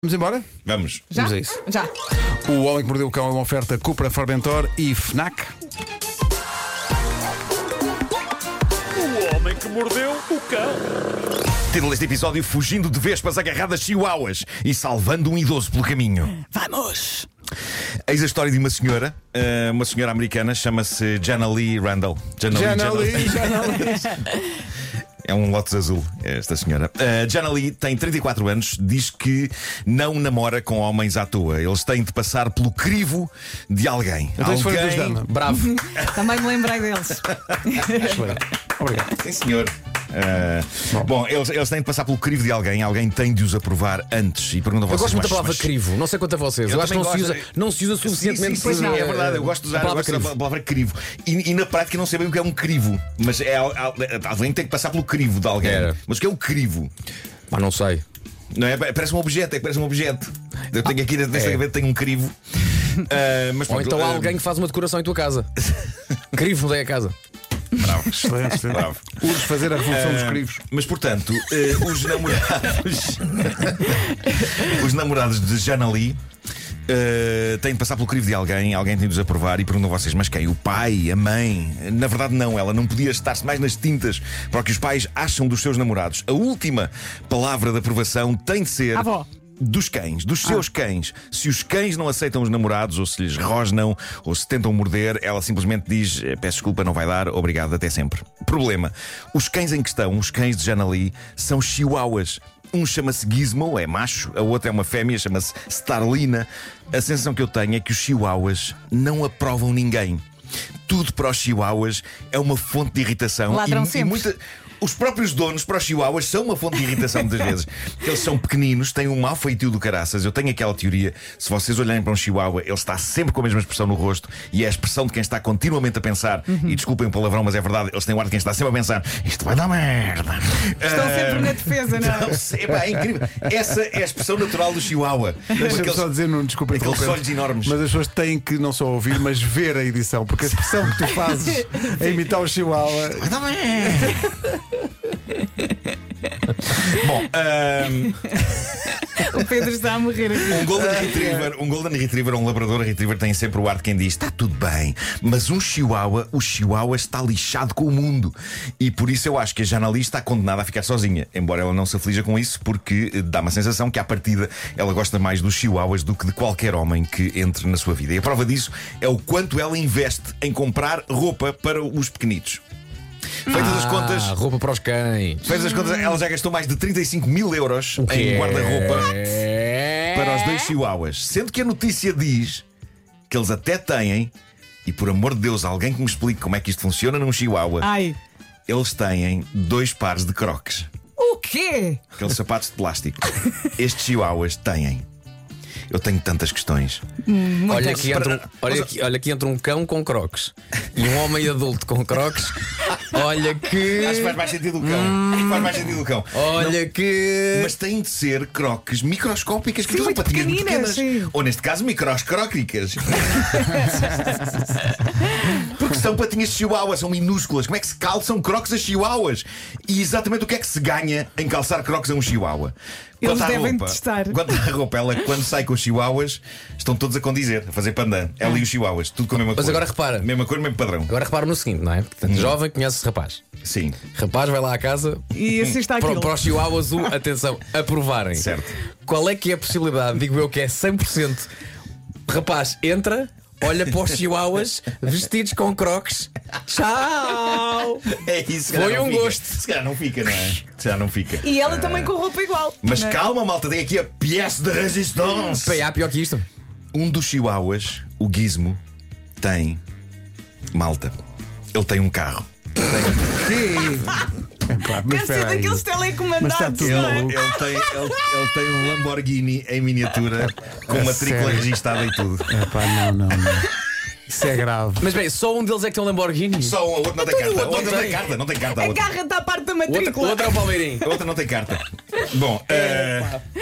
Vamos embora? Vamos. Já? Vamos a isso. Já. O Homem que Mordeu o Cão é uma oferta Cupra, Formentor e Fnac. O homem que mordeu o cão. Título deste episódio: fugindo de vespas agarradas chihuahuas e salvando um idoso pelo caminho. Vamos! Eis a história de uma senhora americana, chama-se Jana Lee Randall. Jana Lee. É um Lotus azul, esta senhora. Jana Lee tem 34 anos, diz que não namora com homens à toa. Eles têm de passar pelo crivo de alguém. Então isso foi dos Dama. Bravo. Também me lembrei deles. Obrigado. Sim, senhor. Bom, eles têm de passar pelo crivo de alguém tem de os aprovar antes. E perguntam a Eu vocês, gosto muito da mas- palavra crivo, não sei quanto a vocês. Eu Eu acho que também não se usa suficientemente. Sim, sim, é verdade, eu gosto de usar a palavra a crivo. palavra crivo. E na prática não sei bem o que é um crivo. Mas é alguém que tem que passar pelo crivo de alguém. Era. Mas o que é um crivo? Mas não sei. Não é? Parece um objeto, parece um objeto. Eu tenho aqui nesta gaveta tenho um crivo. Mas Ou pronto, então há alguém que faz uma decoração em tua casa. Crivo daí a casa. Bravo. Excelente, excelente. Bravo. Urge fazer a revolução dos crivos. Mas portanto, os namorados de Jana Lee têm de passar pelo crivo de alguém tem de os aprovar e perguntam a vocês, mas quem? O pai? A mãe? Na verdade não, ela não podia estar-se mais nas tintas para o que os pais acham dos seus namorados. A última palavra de aprovação tem de ser Avó. dos cães, dos seus cães. Se os cães não aceitam os namorados, ou se lhes rosnam, ou se tentam morder, ela simplesmente diz: peço desculpa, não vai dar, obrigado, até sempre. Problema: os cães em questão, os cães de Jana Lee, são chihuahuas. Um chama-se Gizmo, é macho, a outra é uma fêmea, chama-se Starlina. A sensação que eu tenho é que os chihuahuas não aprovam ninguém. Tudo para os chihuahuas é uma fonte de irritação. Ladram sempre. Os próprios donos para os chihuahuas são uma fonte de irritação muitas vezes. Eles são pequeninos, têm um mau feitio do caraças. Eu tenho aquela teoria: se vocês olharem para um chihuahua, ele está sempre com a mesma expressão no rosto. E é a expressão de quem está continuamente a pensar. E desculpem o palavrão, mas é verdade, eles têm o ar de quem está sempre a pensar: isto vai dar merda. Estão sempre na defesa, não é? Não sei, pá, é incrível. Essa é a expressão natural do chihuahua. Deixa-me só dizer, não, desculpa aqueles interromper, olhos enormes. mas as pessoas têm que não só ouvir, mas ver a edição, porque a expressão que tu fazes a imitar o Chihuahua. Vai dar merda. Bom, O Pedro está a morrer aqui. um Golden Retriever ou um Labrador Retriever tem sempre o ar de quem diz: está tudo bem, mas o Chihuahua está lixado com o mundo. E por isso eu acho que a Jana Lee está condenada a ficar sozinha. Embora ela não se aflija com isso, porque dá uma sensação que à partida ela gosta mais dos Chihuahuas do que de qualquer homem que entre na sua vida. E a prova disso é o quanto ela investe em comprar roupa para os pequenitos. Feitas as contas, Roupa para os cães. feitas as contas, ela já gastou mais de 35 mil euros em guarda-roupa para os dois chihuahuas. Sendo que a notícia diz que eles até têm, e por amor de Deus, alguém que me explique como é que isto funciona num chihuahua, Ai. eles têm 2 pares de crocs. O quê? Aqueles sapatos de plástico. Estes chihuahuas têm. Eu tenho tantas questões. Olha aqui entra um cão com crocs e um homem adulto com crocs. Olha que. Acho que faz mais sentido o cão. Faz mais sentido o cão. Olha que. Mas têm de ser croques microscópicas, que Sim, são muito patinhas muito pequeninas, pequenas. sim. Ou neste caso, microscróquicas. Porque são patinhas de chihuahua, são minúsculas. Como é que se calçam croques a chihuahuas? E exatamente o que é que se ganha em calçar croques a um chihuahua? Eles Quanto à devem roupa, testar. Quanto à roupa, ela quando sai com os chihuahuas, estão todos a condizer, a fazer pandan. Ela e os chihuahuas, tudo com a mesma cor. Mas agora repara. Mesma cor, mesmo padrão. Agora repara no seguinte, não é? Portanto, jovem conhece rapaz. Sim, Rapaz vai lá à casa E assim está aquilo. para os chihuahuas, atenção, aprovarem. certo. Qual é que é a possibilidade? Digo eu que é 100%. Rapaz entra, olha para os chihuahuas vestidos com crocs. Tchau! É isso. se Foi calhar não um fica. gosto. Se calhar não fica, não é? Se calhar não fica. E ela também com roupa igual. Mas não é? calma, malta, tem aqui a pièce de résistance. Bem, há pior que isto. Um dos chihuahuas, o Gizmo, tem. Malta, ele tem um carro. Epá, mas Deve ser espera aí. daqueles Mas está telecomandados. tudo não é? maluco. Ele tem um Lamborghini em miniatura, com matrícula sério? registada e tudo. Epá, não. Isso é grave. Mas bem, só um deles é que tem um Lamborghini. Só o outro não tem carta. o O outro outro não tem tem. carta. Não tem carta. A garra está a parte da O matrícula. outro é o Palmeirinho. A outra não tem carta. Bom,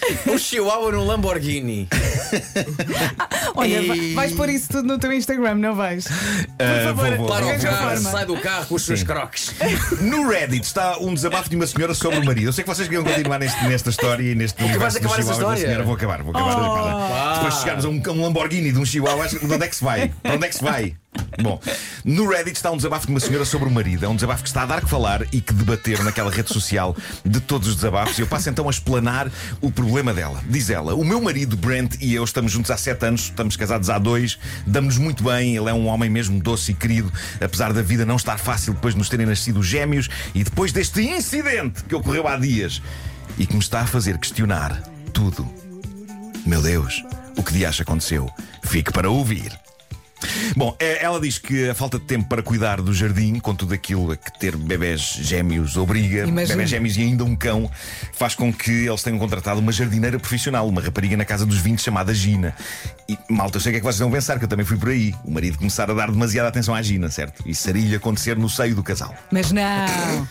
Um chihuahua num Lamborghini. Olha, vais pôr isso tudo no teu Instagram, não vais? Por favor, vou. Para o arranja carro, forma. sai do carro com os seus croques. No Reddit está um desabafo de uma senhora sobre o marido. Eu sei que vocês queriam continuar nesta história e neste universo acabar dos essa chihuahuas da história? senhora. Vou acabar. Depois de chegarmos a um Lamborghini de um chihuahua, de onde é que se vai? Para onde é que se vai? Bom, no Reddit está um desabafo de uma senhora sobre o marido. É um desabafo que está a dar que falar e que debater naquela rede social de todos os desabafos. E eu passo então a explanar o problema dela. Diz ela: o meu marido Brent e eu estamos juntos há 7 anos, estamos casados há 2, damos-nos muito bem. Ele é um homem mesmo doce e querido, apesar da vida não estar fácil depois de nos terem nascido gêmeos e depois deste incidente que ocorreu há dias e que me está a fazer questionar tudo. Meu Deus, o que de acha aconteceu? Fique para ouvir. Bom, ela diz que a falta de tempo para cuidar do jardim, com tudo aquilo a que ter bebés gêmeos obriga, Imagina. bebés gêmeos e ainda um cão, faz com que eles tenham contratado uma jardineira profissional, uma rapariga na casa dos 20 chamada Gina. E malta, eu sei o que é que vocês vão pensar, que eu também fui por aí. O marido começar a dar demasiada atenção à Gina, certo? E seria-lhe acontecer no seio do casal. Mas não.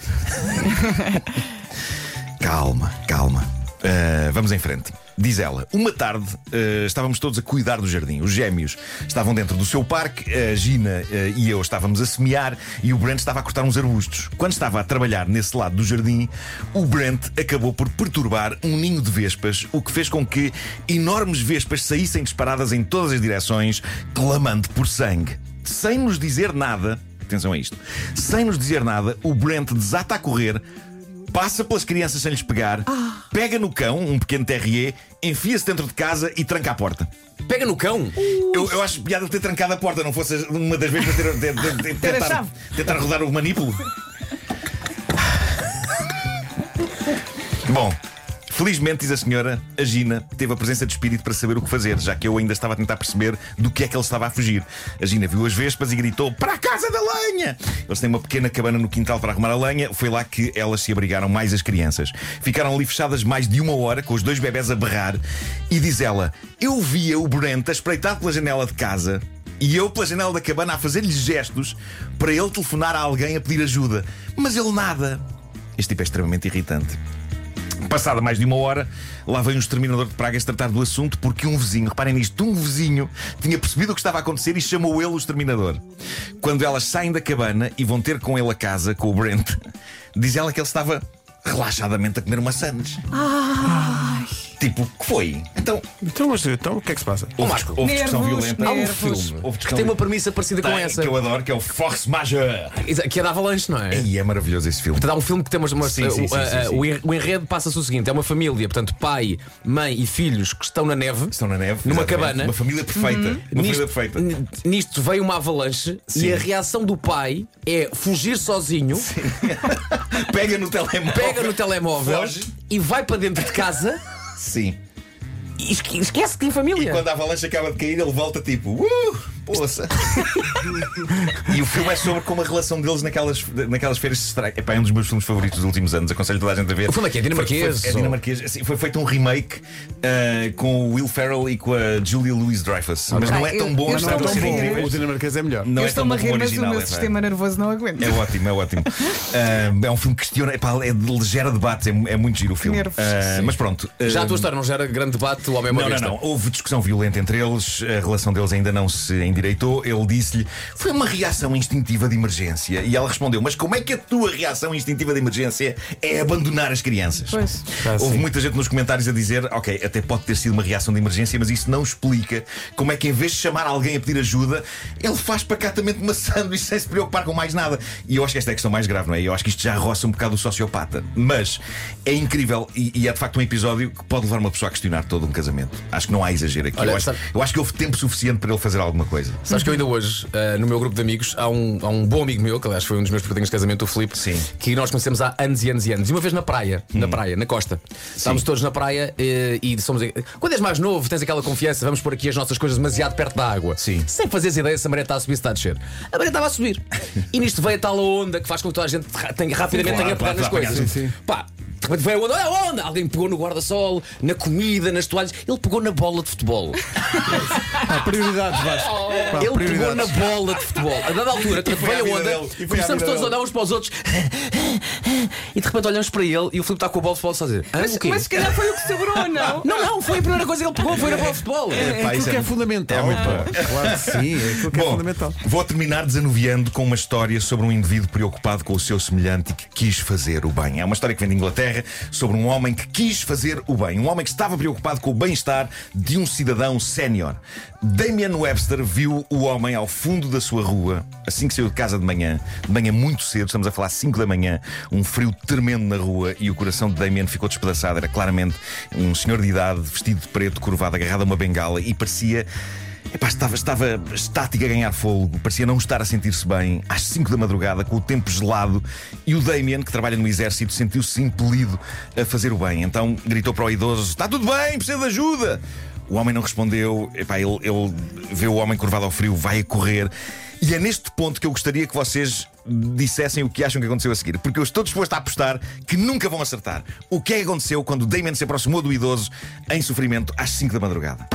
Calma. Vamos em frente. Diz ela: uma tarde estávamos todos a cuidar do jardim. Os gêmeos estavam dentro do seu parque, a Gina e eu estávamos a semear e o Brent estava a cortar uns arbustos. Quando estava a trabalhar nesse lado do jardim, o Brent acabou por perturbar um ninho de vespas, o que fez com que enormes vespas saíssem disparadas em todas as direções, clamando por sangue. Sem nos dizer nada, atenção a isto, sem nos dizer nada, o Brent desata a correr, passa pelas crianças sem lhes pegar, pega no cão, um pequeno terrier, enfia-se dentro de casa e tranca a porta. Pega no cão. Eu acho piada ter trancado a porta, não fosse uma das vezes Ter a chave. tentar rodar o manípulo. Bom, felizmente, diz a senhora, a Gina teve a presença de espírito para saber o que fazer, já que eu ainda estava a tentar perceber do que é que ele estava a fugir. A Gina viu as vespas e gritou: para a casa da lenha! Eles têm uma pequena cabana no quintal para arrumar a lenha. Foi lá que elas se abrigaram, mais as crianças. Ficaram ali fechadas mais de 1 hora, com os 2 bebés a berrar. E diz ela: eu via o Brent a espreitar pela janela de casa e eu pela janela da cabana a fazer-lhe gestos para ele telefonar a alguém a pedir ajuda. Mas ele nada. Este tipo é extremamente irritante. Passada mais de 1 hora, lá veio um exterminador de pragas tratar do assunto, porque um vizinho, reparem nisto, um vizinho tinha percebido o que estava a acontecer e chamou ele o exterminador. Quando elas saem da cabana e vão ter com ele a casa, com o Brent, diz ela que ele estava relaxadamente a comer maçãs. Tipo, que foi? Então, Então o que é que se passa? houve discussão Nervos, violenta. Há um nervos. filme Houve que tem uma premissa parecida com Tem, essa. que eu adoro, que é o Force Majeure. Que é da Avalanche, não é? E é maravilhoso esse filme. Portanto, há um filme que tem Sim. o enredo passa-se o seguinte: é uma família, portanto, pai, mãe e filhos que estão na neve. Estão na neve, Numa exatamente. cabana. Uma família perfeita. Uma família perfeita. Nisto veio uma avalanche Sim. e a reação do pai é fugir sozinho, Pega no telemóvel. Foge. e vai para dentro de casa Sim. e esquece que tem família. Quando a avalanche acaba de cair, ele volta tipo, poça. E o filme é sobre como a relação deles naquelas férias se estraga. Epá, é um dos meus filmes favoritos dos últimos anos. Aconselho toda a gente a ver. O filme aqui é dinamarquês. É dinamarquês. Assim, foi feito um remake com o Will Ferrell e com a Julia Louis-Dreyfus. Mas não é tão bom, Eu apesar de estou-me a ser rir. incrível. O dinamarquês é melhor. Não Eu é tão estou-me a bom como rir, o mas o original. meu é, sistema nervoso não aguenta. é ótimo. É um filme que questiona, gera debates, é muito giro o filme. Nervos, Mas pronto. Já a tua história não gera grande debate, o homem é uma besta. Não. Houve discussão violenta entre eles, a relação deles ainda não se endireitou. Ele disse-lhe: foi uma reação instintiva de emergência. E ela respondeu: mas como é que a tua reação instintiva de emergência é abandonar as crianças? Pois. Houve muita gente nos comentários a dizer: ok, até pode ter sido uma reação de emergência, mas isso não explica como é que, em vez de chamar alguém a pedir ajuda, ele faz pacatamente uma sanduíche sem se preocupar com mais nada. E eu acho que esta é a questão mais grave, não é? Eu acho que isto já roça um bocado o sociopata. Mas é incrível e é de facto um episódio que pode levar uma pessoa a questionar todo um casamento. Acho que não há exagero aqui. Olha, eu acho que houve tempo suficiente para ele fazer alguma coisa. Sabes que eu ainda hoje, no meu grupo de amigos, há um bom amigo meu, que aliás foi um dos meus padrinhos de casamento, o Filipe, Sim. que nós conhecemos há anos e anos e anos. E uma vez na praia, na costa, estávamos todos na praia e somos. Quando és mais novo, tens aquela confiança, vamos pôr aqui as nossas coisas demasiado perto da água. Sim. Sem fazeres ideia se a maré está a subir, se está a descer. A maré estava a subir. E nisto veio a tal onda que faz com que toda a gente rapidamente tenha a pegar nas coisas. Sim. Pá, de repente veio a onda, olha a onda! Alguém pegou no guarda-sol, na comida, nas toalhas. Ele pegou na bola de futebol. Prioridades, Vasco. Pá, Ele pegou prioridades. na bola de futebol. A dada altura, foi veio à a vida onda, dele, e foi à começamos vida todos a dele. olhar uns para os outros. E de repente olhamos para ele e o Filipe está com a bola de futebol só a dizer: Mas, o quê? mas se calhar foi o que sobrou, não? Não, foi a primeira coisa que ele pegou, foi na bola de futebol. É Pá, aquilo isso que é é fundamental. é muito bom. Claro que sim, é aquilo que é Bom, fundamental. vou terminar desanuviando com uma história sobre um indivíduo preocupado com o seu semelhante e que quis fazer o bem. É uma história que vem de Inglaterra sobre um homem que quis fazer o bem. Um homem que estava preocupado com o bem-estar de um cidadão sénior. Damien Webster viu o homem ao fundo da sua rua, assim que saiu de casa de manhã muito cedo, estamos a falar 5 da manhã, um frio tremendo na rua, e o coração de Damien ficou despedaçado. Era claramente um senhor de idade, vestido de preto, curvado, agarrado a uma bengala, e parecia... estava estático a ganhar fogo, parecia não estar a sentir-se bem. Às 5 da madrugada, com o tempo gelado, e o Damien, que trabalha no exército, sentiu-se impelido a fazer o bem. Então gritou para o idoso: está tudo bem, preciso de ajuda. O homem não respondeu. Ele vê o homem curvado ao frio, vai a correr. E é neste ponto que eu gostaria que vocês dissessem o que acham que aconteceu a seguir, porque eu estou disposto a apostar que nunca vão acertar. O que é que aconteceu quando o Damien se aproximou do idoso em sofrimento às 5 da madrugada?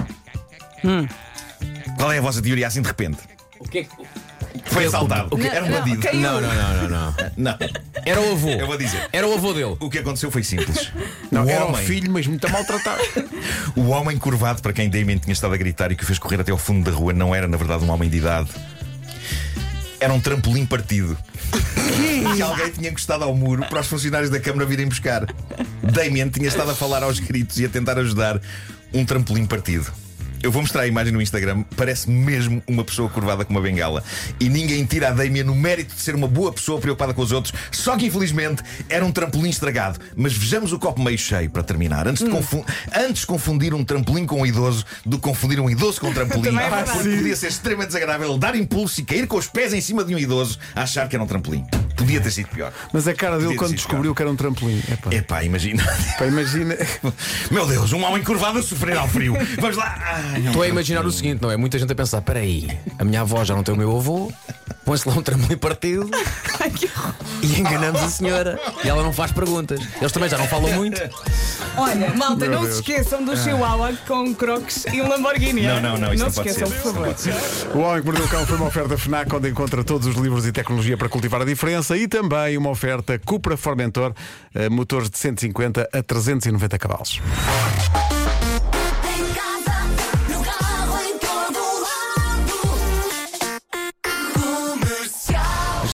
Qual é a vossa teoria assim de repente? O que é que. Foi assaltado. Era um bandido. caiu. Não. Não. Era o avô. Eu vou dizer. Era o avô dele. O que aconteceu foi simples. Não, o era homem, um filho, mas muito maltratado. o homem curvado para quem Damien tinha estado a gritar e que o fez correr até ao fundo da rua não era, na verdade, um homem de idade. Era um trampolim partido. Que alguém tinha encostado ao muro para os funcionários da Câmara virem buscar. Damien tinha estado a falar aos gritos e a tentar ajudar um trampolim partido. Eu vou mostrar a imagem no Instagram. Parece mesmo uma pessoa curvada com uma bengala. E ninguém tira a Damien o mérito de ser uma boa pessoa preocupada com os outros. Só que infelizmente era um trampolim estragado. Mas vejamos o copo meio cheio para terminar. Antes confundir um trampolim com um idoso do que confundir um idoso com um trampolim. Também é verdade. Porque podia ser extremamente desagradável dar impulso e cair com os pés em cima de um idoso a achar que era um trampolim. Podia ter sido pior. Mas a cara dele Podia ter quando sido descobriu que era um trampolim. Epá, imagina. Imagina. Meu Deus, um homem curvado a sofrer ao frio. Vamos lá. Ai, Estou a imaginar o seguinte, não é? Muita gente a pensar: peraí, a minha avó já não tem o meu avô, põe-se lá um trampolim partido Ai, que horror. e enganamos a senhora. E ela não faz perguntas. Eles também já não falam muito. Olha, malta, Meu não Deus. se esqueçam do Chihuahua com Crocs e um Lamborghini. Não, isso não se pode esqueçam, ser. por favor. Não pode ser. O Homem que Mordeu o Cão foi uma oferta FNAC, onde encontra todos os livros e tecnologia para cultivar a diferença, e também uma oferta Cupra Formentor, motores de 150 a 390 cavalos.